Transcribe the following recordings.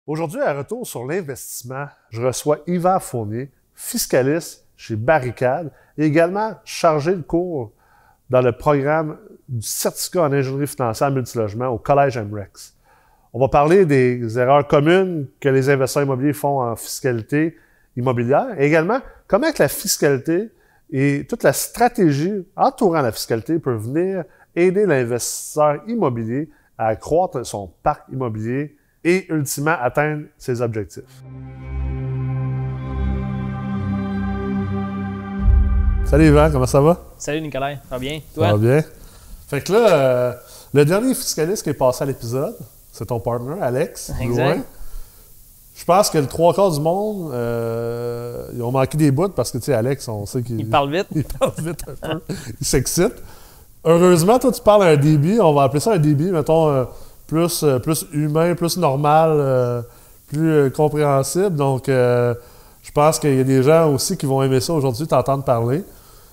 Aujourd'hui, à Retour sur l'investissement, je reçois Yvan Fournier, fiscaliste chez Barricade et également chargé de cours dans le programme du certificat en ingénierie financière multilogement au Collège MREX. On va parler des erreurs communes que les investisseurs immobiliers font en fiscalité immobilière et également comment que la fiscalité et toute la stratégie entourant la fiscalité peut venir aider l'investisseur immobilier à accroître son parc immobilier et ultimement atteindre ses objectifs. Salut Yvan, comment ça va? Salut Nicolas, ça va bien? Toi? Ça va bien. Fait que là, le dernier fiscaliste qui est passé à l'épisode, c'est ton partner, Alex. Exact. Loin. Je pense que le 3/4 du monde, ils ont manqué des bouts parce que, tu sais, Alex, on sait qu'il... Il parle vite. Il parle vite un peu. Il s'excite. Heureusement, toi, tu parles à un débit. On va appeler ça un débit, mettons, plus humain, plus normal, plus compréhensible. Donc, je pense qu'il y a des gens aussi qui vont aimer ça aujourd'hui, t'entendre parler.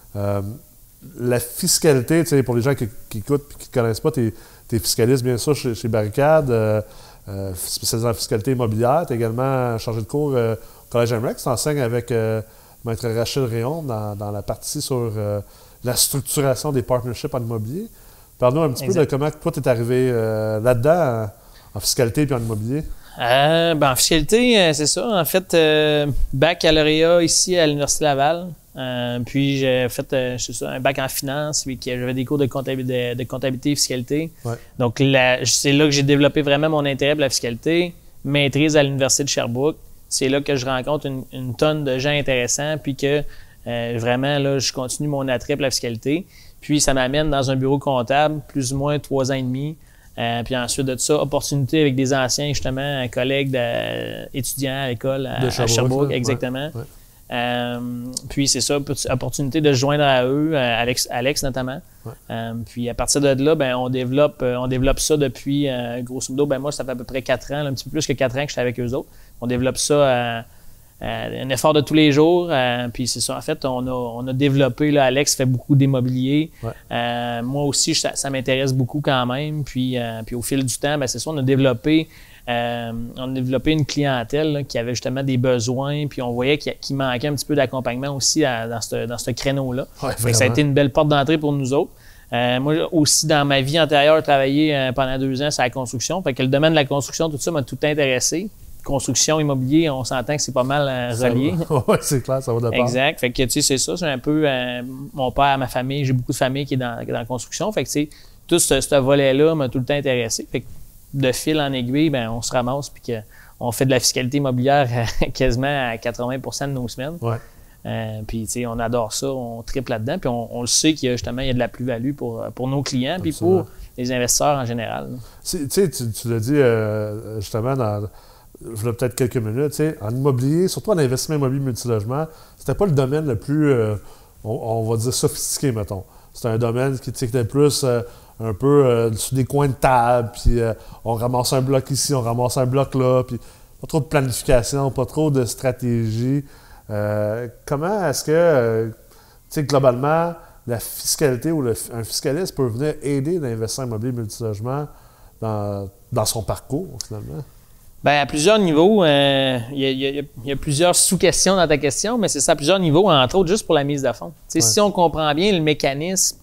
La fiscalité, tu sais, pour les gens qui écoutent et qui ne connaissent pas, t'es fiscaliste, bien sûr, chez Barricade, spécialisé en fiscalité immobilière. Tu es également chargé de cours au Collège MREX. Tu enseignes avec Maître Rachel Réon dans la partie sur la structuration des partnerships en immobilier. Parle-nous un petit peu de comment toi, tu es arrivé là-dedans, en fiscalité et en immobilier. En fiscalité, c'est ça. En fait, baccalauréat ici à l'Université Laval. Puis j'ai fait un bac en finance, puis j'avais des cours de comptabilité et fiscalité. Ouais. Donc c'est là que j'ai développé vraiment mon intérêt pour la fiscalité. Maîtrise à l'Université de Sherbrooke. C'est là que je rencontre une tonne de gens intéressants, puis que vraiment, là, je continue mon attrait pour la fiscalité. Puis ça m'amène dans un bureau comptable, plus ou moins 3 ans et demi. Puis ensuite de ça, opportunité avec des anciens, justement, collègues étudiants à l'école à Sherbrooke, exactement. Ouais. Puis c'est ça, opportunité de se joindre à eux, Alex notamment. Ouais. Puis à partir de là, on développe ça depuis, grosso modo, moi, ça fait à peu près 4 ans, là, un petit peu plus que 4 ans que j'étais avec eux autres. On développe ça un effort de tous les jours. Puis c'est ça, en fait, on a développé, là, Alex fait beaucoup d'immobilier. Ouais. Moi aussi, ça m'intéresse beaucoup quand même. Puis au fil du temps, c'est ça, on a développé une clientèle là, qui avait justement des besoins, puis on voyait qu'il manquait un petit peu d'accompagnement aussi dans ce créneau-là. Ouais, ça a été une belle porte d'entrée pour nous autres. Moi aussi, dans ma vie antérieure, j'ai travaillé pendant 2 ans sur la construction. Fait que le domaine de la construction, tout ça m'a tout intéressé. Construction, immobilier, on s'entend que c'est pas mal relié. Oui, c'est clair, ça va de part. Exact. Fait que, tu sais, c'est ça. C'est un peu mon père, ma famille. J'ai beaucoup de famille qui est dans la construction. Fait que, tu sais, tout ce volet-là m'a tout le temps intéressé. Fait que, de fil en aiguille, on se ramasse puis qu'on fait de la fiscalité immobilière quasiment à 80% de nos semaines. Ouais. Puis, tu sais, on adore ça, on triple là-dedans. Puis, on le sait qu'il y a justement il y a de la plus-value pour nos clients puis pour les investisseurs en général. Tu sais, tu l'as dit justement il y a peut-être quelques minutes, tu sais, en immobilier, surtout en investissement immobilier multilogement, c'était pas le domaine le plus, on va dire, sophistiqué, mettons. C'était un domaine qui était plus un peu sur des coins de table, puis on ramasse un bloc ici, on ramasse un bloc là, puis pas trop de planification, pas trop de stratégie. Comment est-ce que, tu sais, globalement, la fiscalité ou un fiscaliste peut venir aider l'investisseur immobilier multilogement dans son parcours, finalement? À plusieurs niveaux. Il y a plusieurs sous-questions dans ta question, mais c'est ça à plusieurs niveaux, entre autres juste pour la mise de fonds. Ouais. Si on comprend bien le mécanisme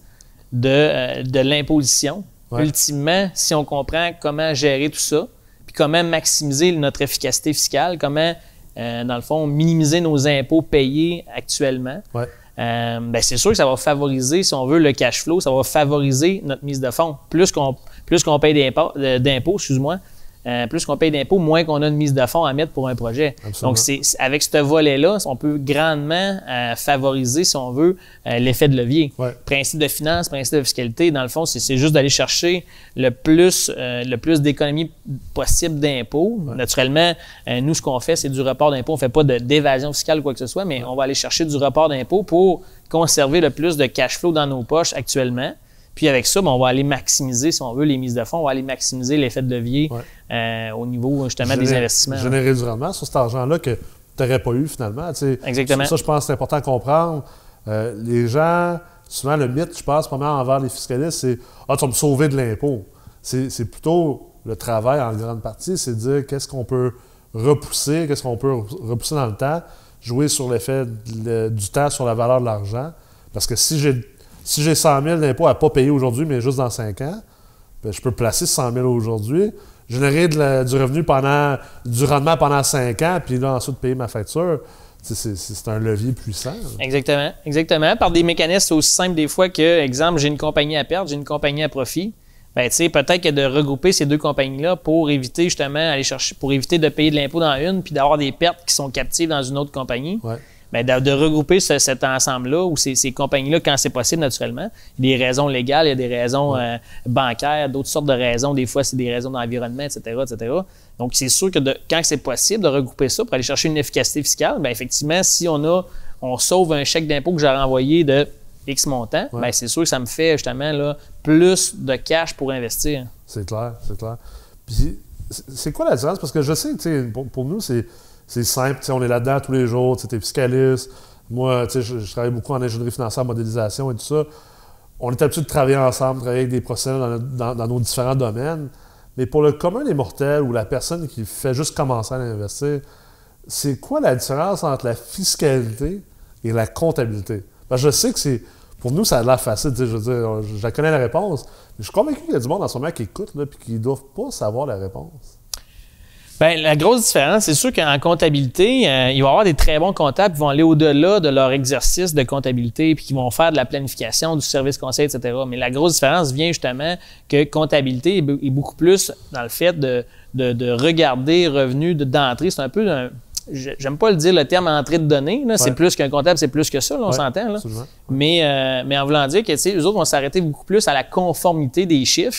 de l'imposition, ultimement, si on comprend comment gérer tout ça, puis comment maximiser notre efficacité fiscale, comment, dans le fond, minimiser nos impôts payés actuellement, c'est sûr que ça va favoriser, si on veut, le cash flow, ça va favoriser notre mise de fonds. Plus qu'on paye d'impôts, excuse-moi, plus qu'on paye d'impôts, moins qu'on a de mise de fonds à mettre pour un projet. Absolument. Donc, avec ce volet-là, on peut grandement favoriser, si on veut, l'effet de levier. Ouais. Principe de finance, principe de fiscalité, dans le fond, c'est juste d'aller chercher le plus d'économies possible d'impôts. Ouais. Naturellement, nous, ce qu'on fait, c'est du report d'impôts. On ne fait pas d'évasion fiscale ou quoi que ce soit, mais on va aller chercher du report d'impôts pour conserver le plus de cash flow dans nos poches actuellement. Puis avec ça, on va aller maximiser, si on veut, les mises de fonds, on va aller maximiser l'effet de levier au niveau justement des investissements. Générer du rendement sur cet argent-là que tu n'aurais pas eu finalement. Exactement. Ça, je pense que c'est important à comprendre. Les gens, souvent le mythe, je pense, pas mal envers les fiscalistes, c'est « Ah, tu vas me sauver de l'impôt ». C'est plutôt le travail en grande partie, c'est de dire qu'est-ce qu'on peut repousser, qu'est-ce qu'on peut repousser dans le temps, jouer sur l'effet du temps sur la valeur de l'argent. Parce que si j'ai 100 000 d'impôts à ne pas payer aujourd'hui, mais juste dans 5 ans, bien, je peux placer 100 000 aujourd'hui, générer du revenu du rendement pendant 5 ans, puis là, ensuite payer ma facture. C'est un levier puissant. Exactement. Exactement. Par des mécanismes aussi simples des fois que, exemple, j'ai une compagnie à perte, j'ai une compagnie à profit. Bien, tu sais, peut-être que de regrouper ces deux compagnies-là pour éviter justement pour éviter de payer de l'impôt dans une puis d'avoir des pertes qui sont captives dans une autre compagnie. Ouais. Bien, de regrouper cet ensemble-là ou ces compagnies-là quand c'est possible naturellement. Il y a des raisons légales, il y a des raisons bancaires, d'autres sortes de raisons. Des fois, c'est des raisons d'environnement, etc., etc. Donc, c'est sûr que quand c'est possible de regrouper ça pour aller chercher une efficacité fiscale, bien, effectivement, si on sauve un chèque d'impôt que j'aurais envoyé de X montant, bien, c'est sûr que ça me fait justement là, plus de cash pour investir. C'est clair, c'est clair. Puis, c'est quoi la différence? Parce que je sais, tu sais, pour nous, c'est simple. On est là-dedans tous les jours. Tu es fiscaliste. Moi, je travaille beaucoup en ingénierie financière, modélisation et tout ça. On est habitué de travailler ensemble, travailler avec des professionnels dans nos différents domaines. Mais pour le commun des mortels ou la personne qui fait juste commencer à investir, c'est quoi la différence entre la fiscalité et la comptabilité? Parce que je sais que pour nous, ça a l'air facile. Je veux dire, je connais la réponse. Mais je suis convaincu qu'il y a du monde en ce moment qui écoute et qui ne doivent pas savoir la réponse. Bien, la grosse différence, c'est sûr qu'en comptabilité, il va y avoir des très bons comptables qui vont aller au-delà de leur exercice de comptabilité puis qui vont faire de la planification, du service conseil, etc. Mais la grosse différence vient justement que comptabilité est beaucoup plus dans le fait de regarder revenus d'entrée. C'est un peu j'aime pas le dire le terme entrée de données. Là. C'est plus qu'un comptable, c'est plus que ça, là, on s'entend. Là. Mais en voulant dire que eux autres vont s'arrêter beaucoup plus à la conformité des chiffres.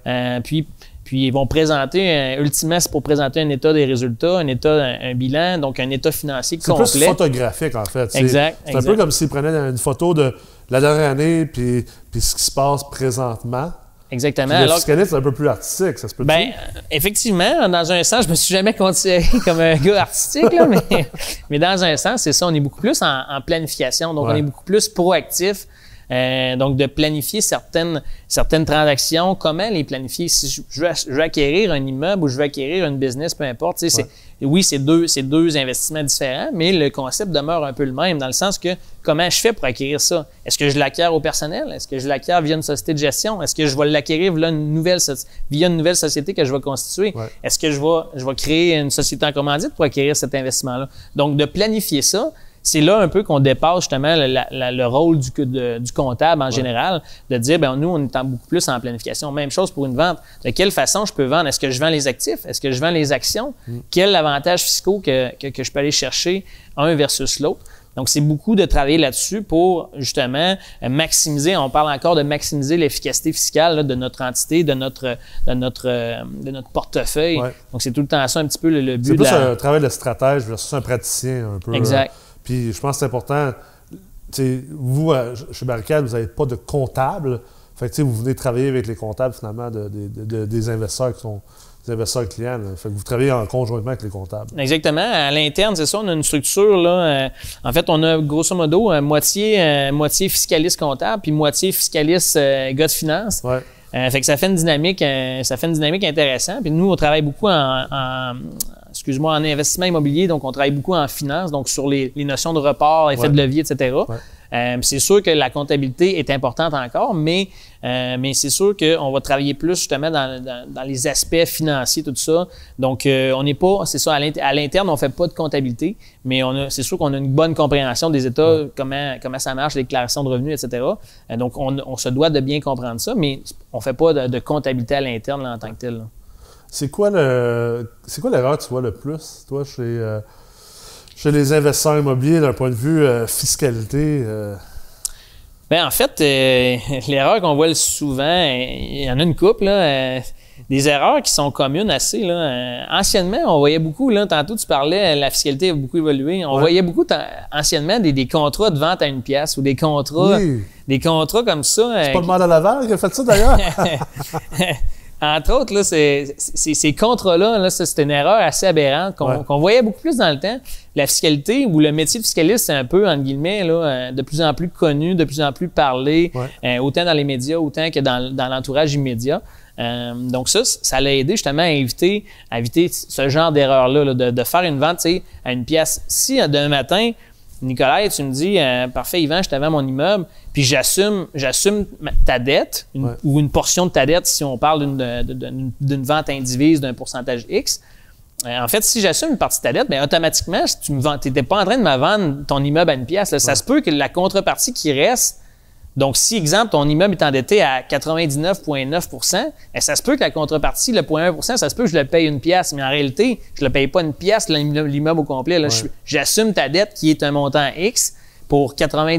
Puis ils vont présenter, ultimement, c'est pour présenter un état des résultats, un bilan, donc un état financier complet. C'est plus photographique, en fait. Exact. C'est un peu comme s'ils prenaient une photo de la dernière année puis ce qui se passe présentement. Exactement. Puis le fiscaliste, c'est un peu plus artistique, ça se peut-tu? Bien, effectivement, dans un sens, je me suis jamais considéré comme un gars artistique, là, mais dans un sens, c'est ça, on est beaucoup plus en planification, donc on est beaucoup plus proactif. Donc, de planifier certaines transactions, comment les planifier? Si je veux acquérir un immeuble ou je veux acquérir une business, peu importe. Oui, c'est deux investissements différents, mais le concept demeure un peu le même, dans le sens que comment je fais pour acquérir ça? Est-ce que je l'acquiers au personnel? Est-ce que je l'acquiers via une société de gestion? Est-ce que je vais l'acquérir via une nouvelle société que je vais constituer? Est-ce que je vais créer une société en commandite pour acquérir cet investissement-là? Donc, de planifier ça, c'est là un peu qu'on dépasse justement le rôle du comptable en général, de dire, bien, nous, on est beaucoup plus en planification. Même chose pour une vente. De quelle façon je peux vendre? Est-ce que je vends les actifs? Est-ce que je vends les actions? Quels avantages fiscaux que je peux aller chercher un versus l'autre? Donc, c'est beaucoup de travailler là-dessus pour justement maximiser, on parle encore de maximiser l'efficacité fiscale là, de notre entité, de notre portefeuille. Donc, c'est tout le temps ça un petit peu le but. C'est plus un travail de stratège versus un praticien un peu. Exact. Puis je pense que c'est important. Vous, chez Barricade, vous n'avez pas de comptable. Fait que vous venez travailler avec les comptables, finalement, des investisseurs qui sont des investisseurs clients. Là. Fait que vous travaillez conjointement avec les comptables. Exactement. À l'interne, c'est ça, on a une structure. Là, en fait, on a grosso modo moitié fiscaliste comptable puis moitié fiscaliste gars de finance. Fait que ça fait une dynamique intéressante. Puis nous, on travaille beaucoup en investissement immobilier, donc on travaille beaucoup en finance, donc sur les notions de report, effet de levier, etc. C'est sûr que la comptabilité est importante encore, mais c'est sûr qu'on va travailler plus justement dans les aspects financiers, tout ça. Donc, on n'est pas, c'est ça, à l'interne, on ne fait pas de comptabilité, mais c'est sûr qu'on a une bonne compréhension des états, comment ça marche, les déclarations de revenus, etc. Donc, on se doit de bien comprendre ça, mais on ne fait pas de comptabilité à l'interne là, en tant que tel. Là. C'est quoi l'erreur que tu vois le plus, toi, chez les investisseurs immobiliers d'un point de vue fiscalité? Bien, en fait, l'erreur qu'on voit souvent, il y en a une couple, là, des erreurs qui sont communes assez. Là. Anciennement, on voyait beaucoup, là, tantôt tu parlais, la fiscalité a beaucoup évolué. On voyait beaucoup anciennement des contrats de vente à 1 pièce ou des contrats comme ça. C'est pas le maire de Laval qui a fait ça d'ailleurs? Entre autres, là, ces contrats-là, là, c'est une erreur assez aberrante qu'on voyait beaucoup plus dans le temps. La fiscalité ou le métier de fiscaliste, c'est un peu, entre guillemets, là, de plus en plus connu, de plus en plus parlé, autant dans les médias, autant que dans l'entourage immédiat. Donc ça l'a aidé justement à éviter ce genre d'erreur-là, là, de faire une vente à une pièce. Si demain matin, Nicolas, tu me dis parfait, Yvan, je te vends mon immeuble, puis j'assume ta dette ou une portion de ta dette si on parle d'une vente indivise d'un pourcentage X. En fait, si j'assume une partie de ta dette, bien, automatiquement, tu n'étais pas en train de me vendre ton immeuble à une pièce. Là. Ça se peut que la contrepartie qui reste, donc si, exemple, ton immeuble est endetté à 99,9 %, ça se peut que la contrepartie, le 0,1 %, ça se peut que je le paye une pièce, mais en réalité, je ne le paye pas une pièce, l'immeuble au complet. Là, j'assume ta dette qui est un montant X pour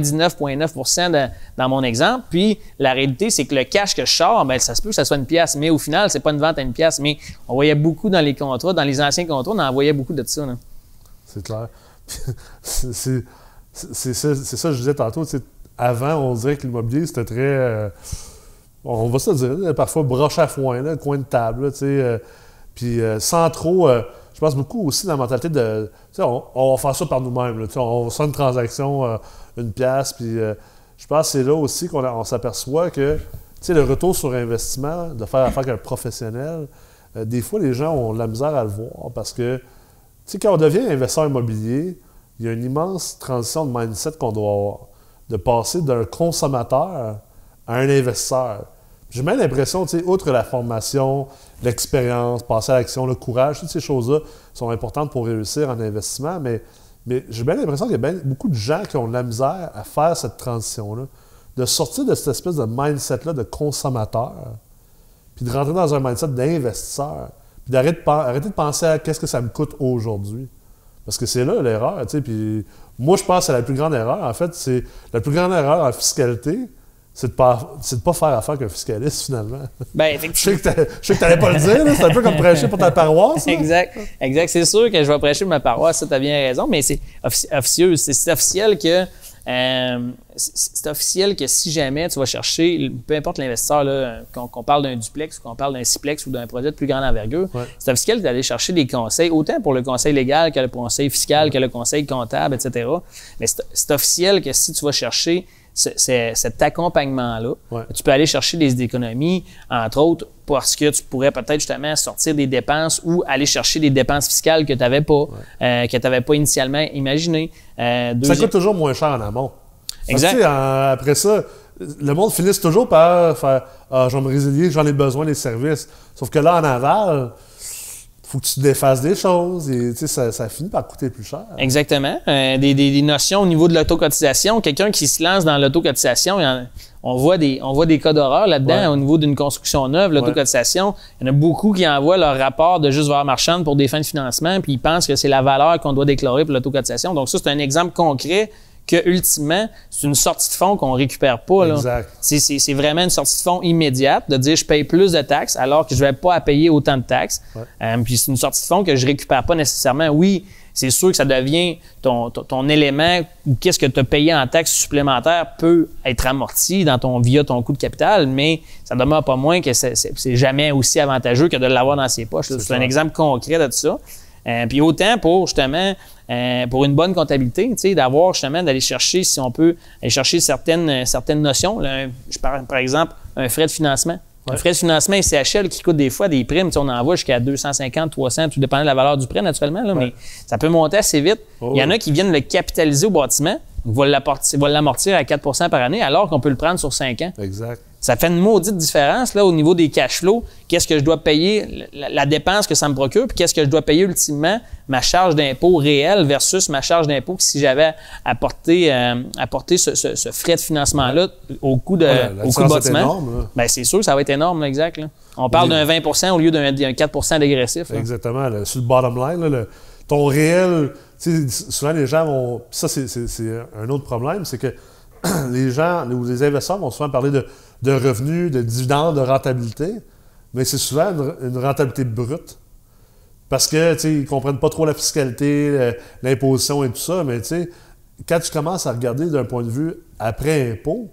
99,9 % dans mon exemple. Puis, la réalité, c'est que le cash que je sors, bien, ça se peut que ça soit une pièce, mais au final, c'est pas une vente à une pièce. Mais on voyait beaucoup dans les contrats, dans les anciens contrats, on en voyait beaucoup de ça. Là. C'est clair. c'est ça que je disais tantôt. Avant, on dirait que l'immobilier, c'était très... on va se dire, parfois broche à foin, là, coin de table. Puis sans trop... je pense beaucoup aussi dans la mentalité de... On va faire ça par nous-mêmes. Là, on fait une transaction, une pièce, puis je pense que c'est là aussi qu'on s'aperçoit que le retour sur investissement, de faire affaire avec un professionnel, des fois, les gens ont de la misère à le voir parce que quand on devient investisseur immobilier, il y a une immense transition de mindset qu'on doit avoir, de passer d'un consommateur à un investisseur. J'ai même l'impression, outre la formation, l'expérience, passer à l'action, le courage, toutes ces choses-là sont importantes pour réussir en investissement, mais j'ai bien l'impression qu'il y a beaucoup de gens qui ont de la misère à faire cette transition-là, de sortir de cette espèce de mindset-là de consommateur, puis de rentrer dans un mindset d'investisseur, puis d'arrêter de penser à qu'est-ce que ça me coûte aujourd'hui. Parce que c'est là l'erreur, puis moi, je pense que c'est la plus grande erreur. En fait, c'est la plus grande erreur en fiscalité, c'est de pas faire affaire qu'un fiscaliste, finalement. Bien, je sais que tu n'allais pas le dire, là. C'est un peu comme prêcher pour ta paroisse. Là. Exact. C'est sûr que je vais prêcher pour ma paroisse, ça, tu as bien raison, mais c'est officieux. C'est officiel que... c'est officiel que si jamais tu vas chercher, peu importe l'investisseur, là, qu'on parle d'un duplex, qu'on parle d'un siplex ou d'un projet de plus grande envergure, c'est officiel d'aller chercher des conseils, autant pour le conseil légal que le conseil fiscal, que le conseil comptable, etc. Mais c'est officiel que si tu vas chercher cet accompagnement-là, tu peux aller chercher des économies, entre autres, parce que tu pourrais peut-être justement sortir des dépenses ou aller chercher des dépenses fiscales que tu n'avais pas initialement imaginées. Ça coûte toujours moins cher en amont. Exact. Après ça, le monde finit toujours par faire « Ah, je vais me résilier, j'en ai besoin des services. » Sauf que là, en aval, il faut que tu te défasses des choses et ça finit par coûter plus cher. Exactement. Des notions au niveau de l'autocotisation. Quelqu'un qui se lance dans l'autocotisation, on voit des cas d'horreur là-dedans au niveau d'une construction neuve, l'autocotisation. Il y en a beaucoup qui envoient leur rapport de juste valeur marchande pour des fins de financement puis ils pensent que c'est la valeur qu'on doit déclarer pour l'autocotisation. Donc ça, c'est un exemple concret que, ultimement, c'est une sortie de fonds qu'on ne récupère pas. Là. Exact. C'est vraiment une sortie de fonds immédiate, de dire je paye plus de taxes alors que je ne vais pas à payer autant de taxes. Puis c'est une sortie de fonds que je ne récupère pas nécessairement. Oui, c'est sûr que ça devient ton élément ou qu'est-ce que tu as payé en taxes supplémentaires peut être amorti via ton coût de capital, mais ça ne demeure pas moins que c'est jamais aussi avantageux que de l'avoir dans ses poches. C'est un exemple concret de ça. Puis autant pour justement pour une bonne comptabilité, d'avoir justement d'aller chercher, si on peut, aller chercher certaines notions. Là, je parle par exemple un frais de financement. Un frais de financement CHL qui coûte des fois des primes, on en voit jusqu'à 250, 300, tout dépendant de la valeur du prêt naturellement, là, mais ça peut monter assez vite. Il y en a qui viennent le capitaliser au bâtiment, vont l'amortir à 4 % par année, alors qu'on peut le prendre sur 5 ans. Exact. Ça fait une maudite différence là, au niveau des cash flows. Qu'est-ce que je dois payer, la dépense que ça me procure, puis qu'est-ce que je dois payer ultimement, ma charge d'impôt réelle versus ma charge d'impôt que si j'avais apporté ce frais de financement-là au coût de bâtiment. Énorme, bien, c'est sûr que ça va être énorme, là, exact. Là. On parle d'un 20 % au lieu d'un 4 % dégressif. Là. Exactement. Là, sur le bottom line, là, ton réel... Souvent, les gens vont... Ça, c'est un autre problème, c'est que les gens ou les investisseurs vont souvent parler de revenus, de dividendes, de rentabilité, mais c'est souvent une rentabilité brute. Parce que, ils ne comprennent pas trop la fiscalité, l'imposition et tout ça, mais quand tu commences à regarder d'un point de vue après impôt,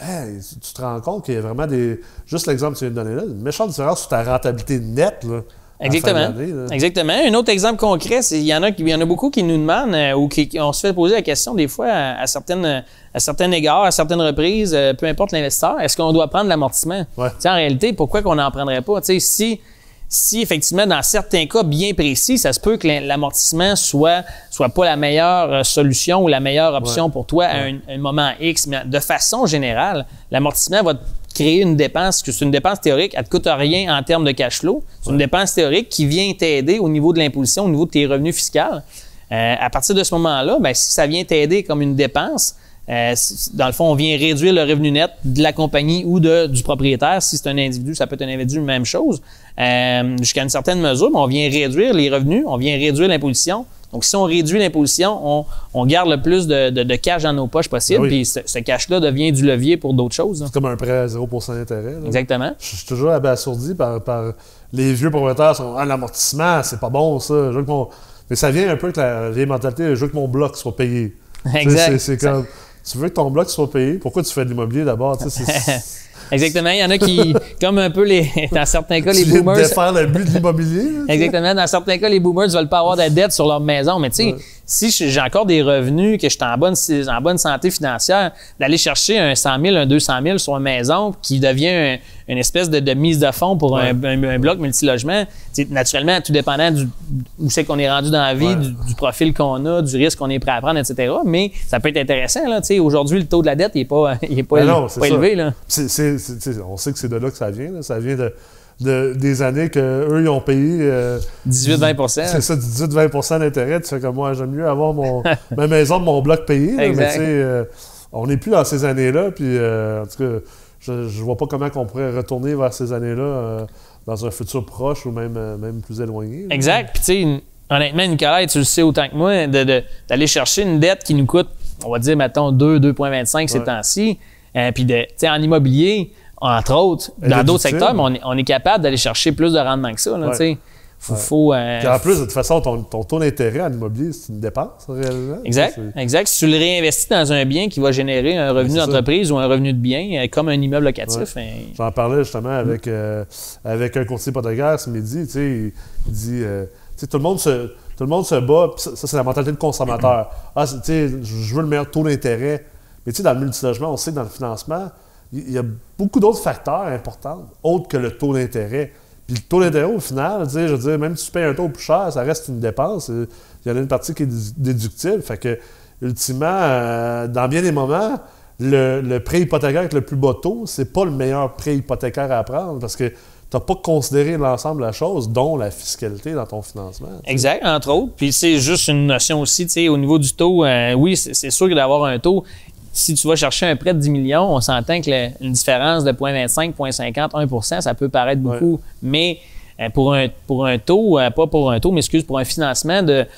tu te rends compte qu'il y a vraiment juste l'exemple que tu viens de donner là, une méchante différence sur ta rentabilité nette, là, Exactement. à la fin de l'année. Exactement. Un autre exemple concret, c'est il y en a beaucoup qui nous demandent ou on se fait poser la question des fois à certains égards, à certaines reprises, peu importe l'investisseur, est-ce qu'on doit prendre l'amortissement? Ouais. En réalité, pourquoi qu'on n'en prendrait pas? Si effectivement, dans certains cas bien précis, ça se peut que l'amortissement soit pas la meilleure solution ou la meilleure option pour toi à un moment X, mais de façon générale, l'amortissement va créer une dépense, que c'est une dépense théorique, elle ne te coûte rien en termes de cash flow. C'est une dépense théorique qui vient t'aider au niveau de l'imposition, au niveau de tes revenus fiscaux. À partir de ce moment-là, ben, si ça vient t'aider comme une dépense, dans le fond, on vient réduire le revenu net de la compagnie ou du propriétaire. Si c'est un individu, ça peut être un individu, même chose. Jusqu'à une certaine mesure, on vient réduire les revenus, on vient réduire l'imposition. Donc, si on réduit l'imposition, on garde le plus de cash dans nos poches possible, puis ce cash-là devient du levier pour d'autres choses. C'est comme un prêt à 0% d'intérêt. Là. Exactement. Je suis toujours abasourdi par les vieux propriétaires. L'amortissement, c'est pas bon, ça. Mais ça vient un peu avec la vieille mentalité, je veux que mon bloc soit payé. Exact. C'est comme, tu veux que ton bloc soit payé, pourquoi tu fais de l'immobilier d'abord? Exactement. Il y en a qui, comme un peu dans certains cas, les boomers. boomers. Tu viens de défaire le but de l'immobilier. Exactement. Dans certains cas, les boomers ne veulent pas avoir de dette sur leur maison. Mais tu sais, si j'ai encore des revenus, que je suis en bonne santé financière, d'aller chercher un 100 000, un 200 000 sur une maison qui devient une espèce de mise de fonds pour un bloc multilogement, naturellement, tout dépendant où c'est qu'on est rendu dans la vie, du profil qu'on a, du risque qu'on est prêt à prendre, etc. Mais ça peut être intéressant. Là, aujourd'hui, le taux de la dette n'est pas élevé. Là. On sait que c'est de là que ça vient. Là. Ça vient des années qu'eux, ils ont payé... 18-20 C'est ça, 18-20 d'intérêt. Tu fais comme moi, j'aime mieux avoir ma maison de mon bloc payé. Là, mais on n'est plus dans ces années-là. Puis, en tout cas, je vois pas comment on pourrait retourner vers ces années-là dans un futur proche ou même plus éloigné. Là. Exact. Puis, tu sais, honnêtement, Nicolas, tu le sais autant que moi, d'aller chercher une dette qui nous coûte, on va dire, mettons, 2,25 ces temps-ci. Puis, en immobilier, entre autres, dans d'autres secteurs, mais on est capable d'aller chercher plus de rendement que ça. Là, Puis en plus, de toute façon, ton taux d'intérêt en immobilier, c'est une dépense, réellement. Exact. Si tu le réinvestis dans un bien qui va générer un revenu d'entreprise ou un revenu de bien, comme un immeuble locatif. J'en parlais justement avec un courtier hypothécaire ce midi. Il dit tout le monde se bat. Ça, c'est la mentalité de consommateur. Je veux le meilleur taux d'intérêt. Mais dans le multilogement, on sait que dans le financement, il y a beaucoup d'autres facteurs importants, autres que le taux d'intérêt. Puis le taux d'intérêt, au final, je veux dire, même si tu payes un taux plus cher, ça reste une dépense. Il y en a une partie qui est déductible. Fait que, ultimement, dans bien des moments, le prêt hypothécaire avec le plus bas taux, c'est pas le meilleur prêt hypothécaire à prendre parce que tu n'as pas considéré l'ensemble de la chose, dont la fiscalité dans ton financement. Exact, entre autres. Puis c'est juste une notion aussi, au niveau du taux, oui, c'est sûr que d'avoir un taux. Si tu vas chercher un prêt de 10 millions, on s'entend que une différence de 0,25, 0,50, 1 ça peut paraître beaucoup. Mais pour un taux, pas pour un taux, mais pour un financement de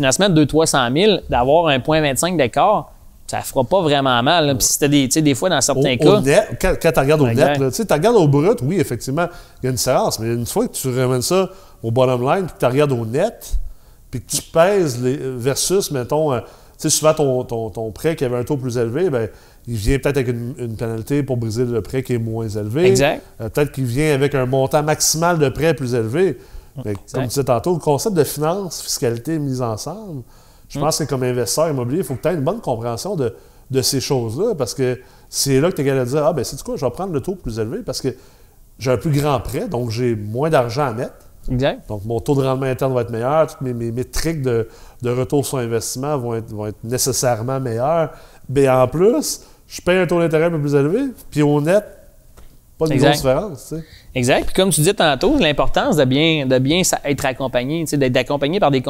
200-300 000, d'avoir un 0,25 d'écart, ça ne fera pas vraiment mal. Là. Puis c'était des fois, dans certains cas... Quand tu regardes au net, tu regardes au brut, oui, effectivement, il y a une différence. Mais une fois que tu ramènes ça au bottom line, puis que tu regardes au net, puis que tu pèses versus, mettons... souvent, ton prêt qui avait un taux plus élevé, bien, il vient peut-être avec une pénalité pour briser le prêt qui est moins élevé. Exact. Peut-être qu'il vient avec un montant maximal de prêt plus élevé. Mais comme tu disais tantôt, le concept de finance, fiscalité mise ensemble, je pense que comme investisseur immobilier, il faut que tu aies une bonne compréhension de ces choses-là parce que c'est là que tu es capable de dire « sais-tu quoi, je vais prendre le taux plus élevé parce que j'ai un plus grand prêt, donc j'ai moins d'argent à mettre. » Exact. Donc, mon taux de rendement interne va être meilleur. Toutes mes métriques de retour sur investissement vont être nécessairement meilleures. Mais en plus, je paye un taux d'intérêt un peu plus élevé. Puis au net, pas de grosse différence. Exact. Puis comme tu disais tantôt, l'importance de bien être accompagné, d'être accompagné par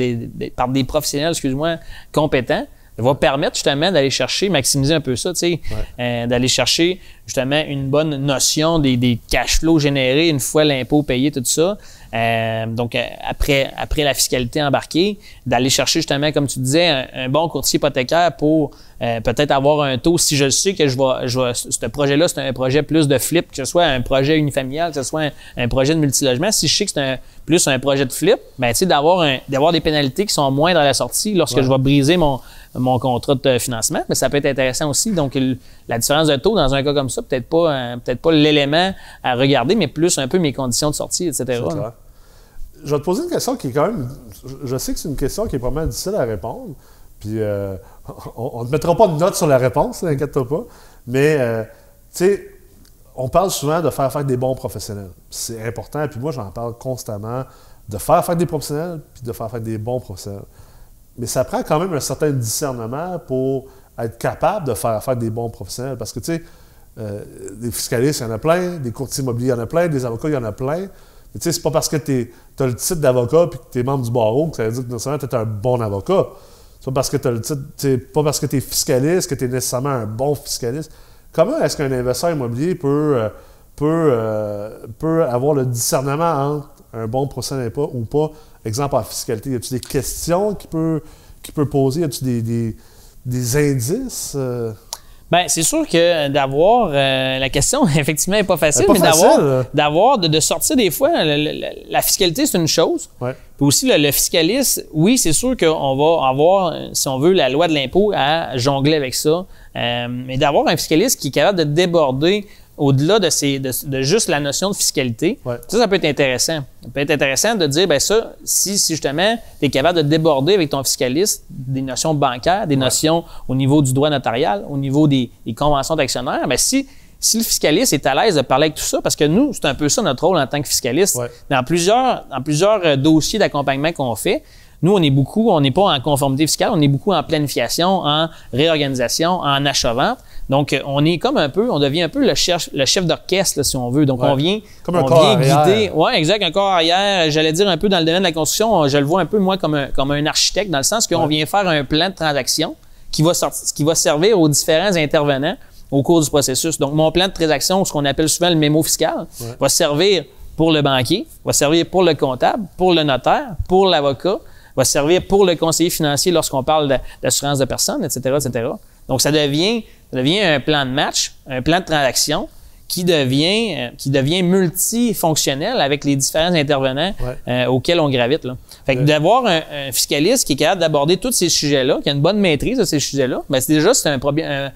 des professionnels, compétents, va permettre justement d'aller maximiser un peu ça, d'aller chercher justement une bonne notion des cash flows générés une fois l'impôt payé, tout ça. Donc, après la fiscalité embarquée, d'aller chercher justement, comme tu disais, un bon courtier hypothécaire pour peut-être avoir un taux. Si je sais que ce projet-là, c'est un projet plus de flip, que ce soit un projet unifamilial, que ce soit un projet de multilogement, si je sais que c'est plus un projet de flip, bien, tu sais, d'avoir des pénalités qui sont moindres à la sortie lorsque je vais briser mon contrat de financement, mais ça peut être intéressant aussi. Donc, la différence de taux dans un cas comme ça, peut-être pas l'élément à regarder, mais plus un peu mes conditions de sortie, etc. je vais te poser une question qui est quand même... Je sais que c'est une question qui est probablement difficile à répondre, puis on ne te mettra pas de note sur la réponse, inquiète-toi pas, mais, tu sais, on parle souvent de faire des bons professionnels. C'est important, puis moi, j'en parle constamment, de faire des professionnels, puis de faire des bons professionnels. Mais ça prend quand même un certain discernement pour être capable de faire des bons professionnels, parce que, tu sais, des fiscalistes, il y en a plein, des courtiers immobiliers, il y en a plein, des avocats, il y en a plein. Mais tu sais, c'est pas parce que tu as le titre d'avocat et que tu es membre du barreau que ça veut dire que nécessairement tu es un bon avocat. C'est pas parce que tu as le titre, pas parce que tu es fiscaliste que tu es nécessairement un bon fiscaliste. Comment est-ce qu'un investisseur immobilier peut avoir le discernement entre un bon professionnel ou pas? Exemple en fiscalité, y a-t-il des questions qu'il peut poser? Y a-t-il des indices? Bien, c'est sûr que d'avoir... la question, effectivement, n'est pas facile, mais de sortir des fois, la fiscalité, c'est une chose. Ouais. Puis aussi, le fiscaliste, oui, c'est sûr qu'on va avoir, si on veut, la loi de l'impôt à jongler avec ça. Mais d'avoir un fiscaliste qui est capable de déborder au-delà de juste la notion de fiscalité, ça peut être intéressant. Ça peut être intéressant de dire, bien ça, si justement, tu es capable de déborder avec ton fiscaliste des notions bancaires, des notions au niveau du droit notarial, au niveau des conventions d'actionnaires, bien si le fiscaliste est à l'aise de parler avec tout ça, parce que nous, c'est un peu ça notre rôle en tant que fiscaliste. Dans plusieurs dossiers d'accompagnement qu'on fait, nous, on n'est pas en conformité fiscale, on est beaucoup en planification, en réorganisation, en achat-vente. Donc, on devient un peu le chef d'orchestre, là, si on veut. Donc, on vient guider. Oui, exact, un corps arrière. J'allais dire un peu dans le domaine de la construction, je le vois un peu, moi, comme un architecte, dans le sens qu'on vient faire un plan de transaction qui va servir aux différents intervenants au cours du processus. Donc, mon plan de transaction, ce qu'on appelle souvent le mémo fiscal, va servir pour le banquier, va servir pour le comptable, pour le notaire, pour l'avocat, va servir pour le conseiller financier lorsqu'on parle d'assurance de personnes, etc., etc. Donc, ça devient un plan de match, un plan de transaction qui devient multifonctionnel avec les différents intervenants auxquels on gravite. Là. Fait que d'avoir un fiscaliste qui est capable d'aborder tous ces sujets-là, qui a une bonne maîtrise de ces sujets-là, bien, c'est un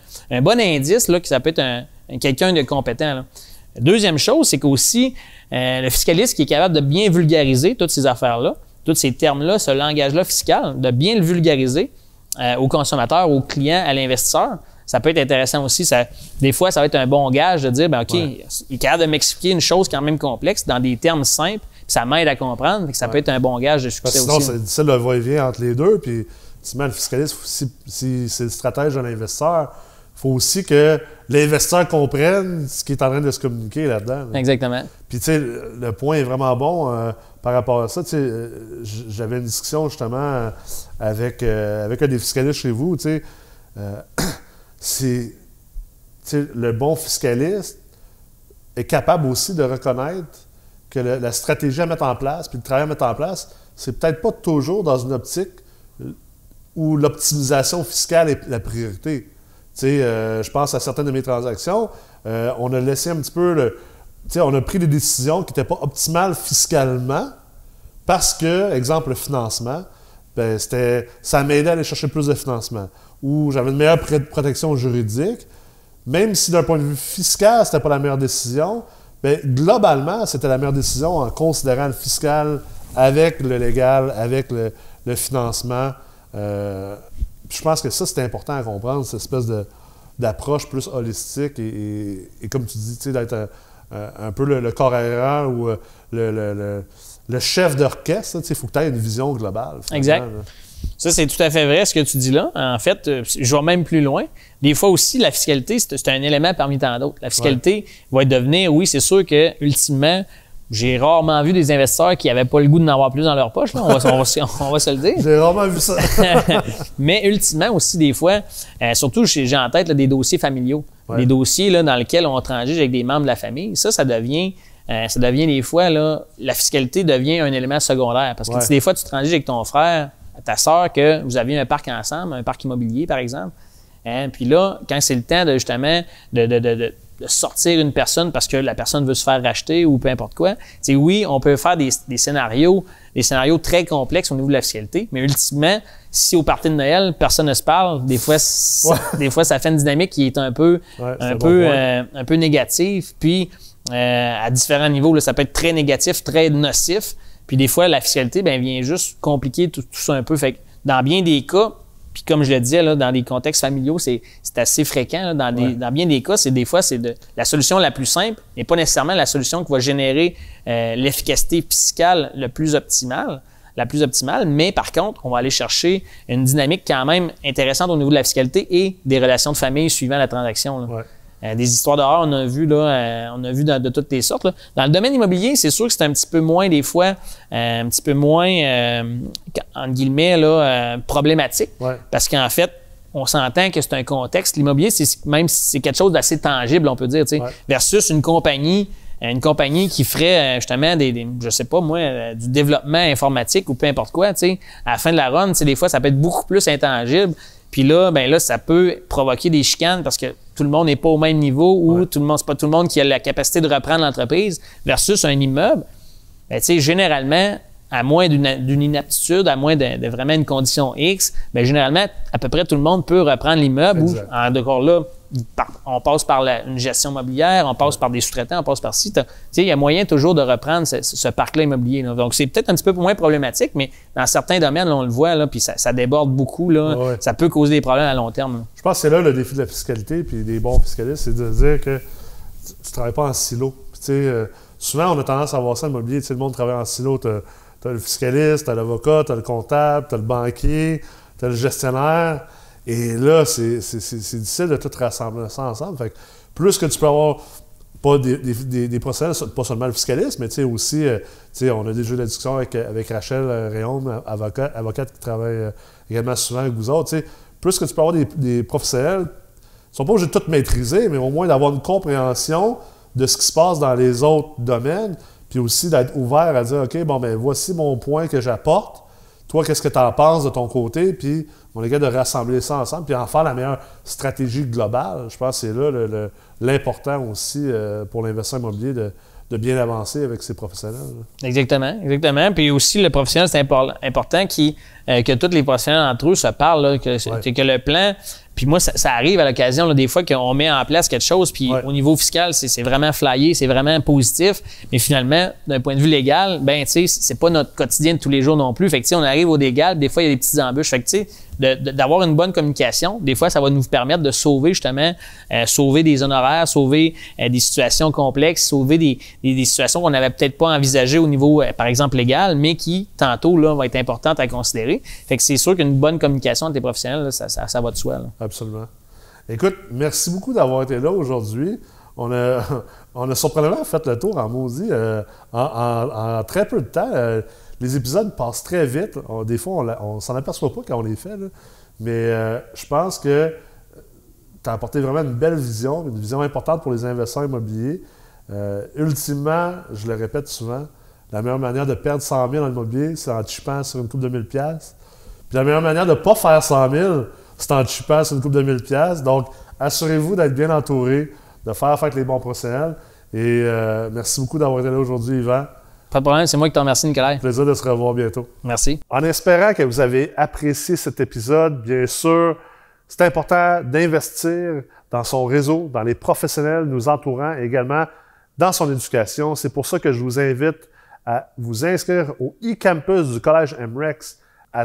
bon indice là, que ça peut être quelqu'un de compétent. Là. Deuxième chose, c'est qu'aussi, le fiscaliste qui est capable de bien vulgariser toutes ces affaires-là, tous ces termes-là, ce langage-là fiscal, de bien le vulgariser aux consommateurs, aux clients, à l'investisseur, ça peut être intéressant aussi. Des fois, ça va être un bon gage de dire, ben OK, il est capable de m'expliquer une chose quand même complexe dans des termes simples, puis ça m'aide à comprendre, puis ça peut être un bon gage de succès sinon, aussi. Sinon, c'est difficile de va-et-vient entre les deux, puis le fiscaliste, si c'est le stratège de l'investisseur, il faut aussi que l'investisseur comprenne ce qui est en train de se communiquer là-dedans. Là. Exactement. Puis, tu sais, le point est vraiment bon par rapport à ça. Tu sais, j'avais une discussion justement avec un des fiscalistes chez vous. Tu sais, le bon fiscaliste est capable aussi de reconnaître que la stratégie à mettre en place, puis le travail à mettre en place, c'est peut-être pas toujours dans une optique où l'optimisation fiscale est la priorité. Tu sais, je pense à certaines de mes transactions, on a laissé un petit peu on a pris des décisions qui n'étaient pas optimales fiscalement parce que, exemple, le financement, ben, ça m'aidait à aller chercher plus de financement. Ou j'avais une meilleure protection juridique, même si d'un point de vue fiscal, c'était pas la meilleure décision, bien, globalement, c'était la meilleure décision en considérant le fiscal avec le légal, avec le financement. Je pense que ça, c'est important à comprendre, cette espèce d'approche plus holistique et comme tu dis, d'être un peu le corps arrière ou le chef d'orchestre. Il faut que tu aies une vision globale. Exact. Là. Ça, c'est tout à fait vrai ce que tu dis là. En fait, je vais même plus loin. Des fois aussi, la fiscalité, c'est un élément parmi tant d'autres. La fiscalité va devenir, oui, c'est sûr que ultimement, j'ai rarement vu des investisseurs qui n'avaient pas le goût d'en avoir plus dans leur poche. Là. On va se le dire. J'ai rarement vu ça. Mais ultimement aussi, des fois, surtout j'ai en tête là, des dossiers familiaux. Des dossiers là, dans lesquels on transige avec des membres de la famille. Ça devient des fois, là, la fiscalité devient un élément secondaire. Parce que des fois, tu transiges avec ton frère, ta sœur, que vous aviez un parc ensemble, un parc immobilier, par exemple. Puis là, quand c'est le temps de justement de sortir une personne parce que la personne veut se faire racheter ou peu importe quoi, oui, on peut faire des scénarios très complexes au niveau de la fiscalité, mais ultimement, si au party de Noël, personne ne se parle, des fois, ça fait une dynamique qui est un peu négative. Puis, à différents niveaux, là, ça peut être très négatif, très nocif. Puis des fois, la fiscalité vient juste compliquer tout ça un peu. Fait que dans bien des cas, puis comme je le disais, là, dans des contextes familiaux, c'est assez fréquent. Là, dans bien des cas, des fois, c'est la solution la plus simple n'est pas nécessairement la solution qui va générer l'efficacité fiscale la plus optimale, mais par contre, on va aller chercher une dynamique quand même intéressante au niveau de la fiscalité et des relations de famille suivant la transaction. Des histoires d'horreur, on a vu de toutes les sortes. Là. Dans le domaine immobilier, c'est sûr que c'est un petit peu moins, des fois, entre guillemets, là, problématique. Parce qu'en fait, on s'entend que c'est un contexte. L'immobilier, c'est quelque chose d'assez tangible, on peut dire, versus une compagnie qui ferait justement je sais pas moi, du développement informatique ou peu importe quoi. À la fin de la run, des fois, ça peut être beaucoup plus intangible. Puis là, ça peut provoquer des chicanes parce que tout le monde n'est pas au même niveau ou c'est pas tout le monde qui a la capacité de reprendre l'entreprise versus un immeuble. Généralement, à moins d'une inaptitude, à moins de vraiment une condition X, généralement, à peu près tout le monde peut reprendre l'immeuble. D'accord, là, on passe par une gestion immobilière, on passe par des sous-traitants, on passe par ci. Il y a moyen toujours de reprendre ce parc-là immobilier. Là. Donc, c'est peut-être un petit peu moins problématique, mais dans certains domaines, là, on le voit, là, puis ça déborde beaucoup. Là, ça peut causer des problèmes à long terme. Là. Je pense que c'est là le défi de la fiscalité, puis des bons fiscalistes, c'est de dire que tu ne travailles pas en silo. Souvent, on a tendance à voir ça, l'immobilier, le monde travaille en silo. Tu as le fiscaliste, tu as l'avocat, tu as le comptable, tu as le banquier, tu as le gestionnaire. Et là, c'est difficile de tout rassembler ça ensemble. Fait que plus que tu peux avoir pas des procédures, pas seulement le fiscaliste, mais aussi, on a déjà eu la discussion avec Rachel Réaume, avocate qui travaille également souvent avec vous autres. Plus que tu peux avoir des professionnels, ils ne sont pas obligés de tout maîtriser, mais au moins d'avoir une compréhension de ce qui se passe dans les autres domaines, puis aussi d'être ouvert à dire, OK, voici mon point que j'apporte. Toi, qu'est-ce que tu en penses de ton côté? Puis, on est capable de rassembler ça ensemble, puis en faire la meilleure stratégie globale. Je pense que c'est là l'important aussi pour l'investisseur immobilier de bien avancer avec ses professionnels. Là. Exactement. Puis aussi, le professionnel, c'est important que tous les professionnels entre eux se parlent, là, que le plan. Puis moi, ça arrive à l'occasion, là, des fois, qu'on met en place quelque chose, puis au niveau fiscal, c'est vraiment flyé, c'est vraiment positif. Mais finalement, d'un point de vue légal, c'est pas notre quotidien de tous les jours non plus. Fait que, on arrive au légal, des fois, il y a des petites embûches. Fait que, d'avoir une bonne communication, des fois, ça va nous permettre de sauver, justement, sauver des honoraires, sauver des situations complexes, sauver des situations qu'on n'avait peut-être pas envisagées au niveau, par exemple, légal, mais qui, tantôt, là, va être importante à considérer. Fait que c'est sûr qu'une bonne communication entre les professionnels, là, ça va de soi. Là. Absolument. Écoute, merci beaucoup d'avoir été là aujourd'hui. On a surprenamment fait le tour en maudit en très peu de temps. Les épisodes passent très vite. Des fois, on s'en aperçoit pas quand on les fait. Là. Mais je pense que tu as apporté vraiment une belle vision, une vision importante pour les investisseurs immobiliers. Ultimement, je le répète souvent, la meilleure manière de perdre 100 000 en immobilier, c'est en chipant sur une coupe de 1 000 $. Puis la meilleure manière de ne pas faire 100 000, c'est en chipant sur une coupe de 1 000 $. Donc, assurez-vous d'être bien entouré, de faire affaire avec les bons professionnels. Et merci beaucoup d'avoir été là aujourd'hui, Yvan. Pas de problème, c'est moi qui te remercie, Nicolas. Plaisir de se revoir bientôt. Merci. En espérant que vous avez apprécié cet épisode, bien sûr, c'est important d'investir dans son réseau, dans les professionnels nous entourant et également dans son éducation. C'est pour ça que je vous invite à vous inscrire au e-campus du Collège MREX à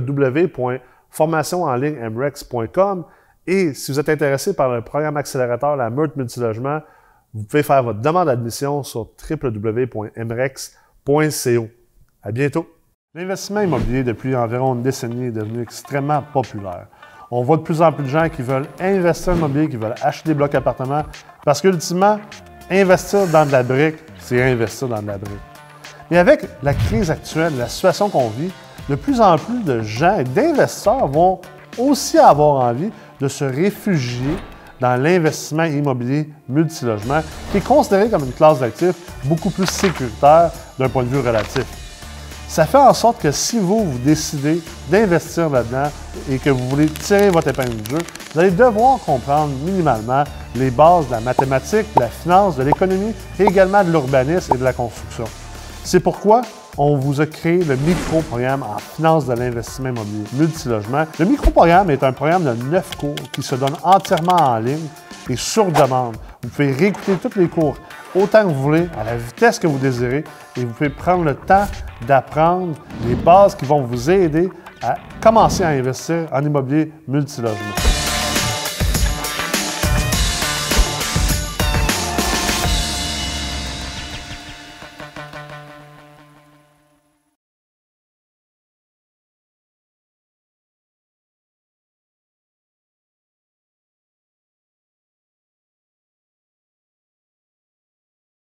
www.formationenlignemrex.com. Et si vous êtes intéressé par le programme accélérateur La Meurthe Multilogement, vous pouvez faire votre demande d'admission sur www.mrex.co. À bientôt! L'investissement immobilier, depuis environ une décennie, est devenu extrêmement populaire. On voit de plus en plus de gens qui veulent investir en immobilier, qui veulent acheter des blocs appartements, parce qu'ultimement, investir dans de la brique, c'est investir dans de la brique. Mais avec la crise actuelle, la situation qu'on vit, de plus en plus de gens et d'investisseurs vont aussi avoir envie de se réfugier dans l'investissement immobilier multilogement, qui est considéré comme une classe d'actifs beaucoup plus sécuritaire d'un point de vue relatif. Ça fait en sorte que si vous décidez d'investir là-dedans et que vous voulez tirer votre épingle du jeu, vous allez devoir comprendre minimalement les bases de la mathématique, de la finance, de l'économie et également de l'urbanisme et de la construction. C'est pourquoi on vous a créé le micro-programme en finance de l'investissement immobilier multilogement. Le micro-programme est un programme de 9 cours qui se donne entièrement en ligne et sur demande. Vous pouvez réécouter tous les cours autant que vous voulez, à la vitesse que vous désirez, et vous pouvez prendre le temps d'apprendre les bases qui vont vous aider à commencer à investir en immobilier multilogement.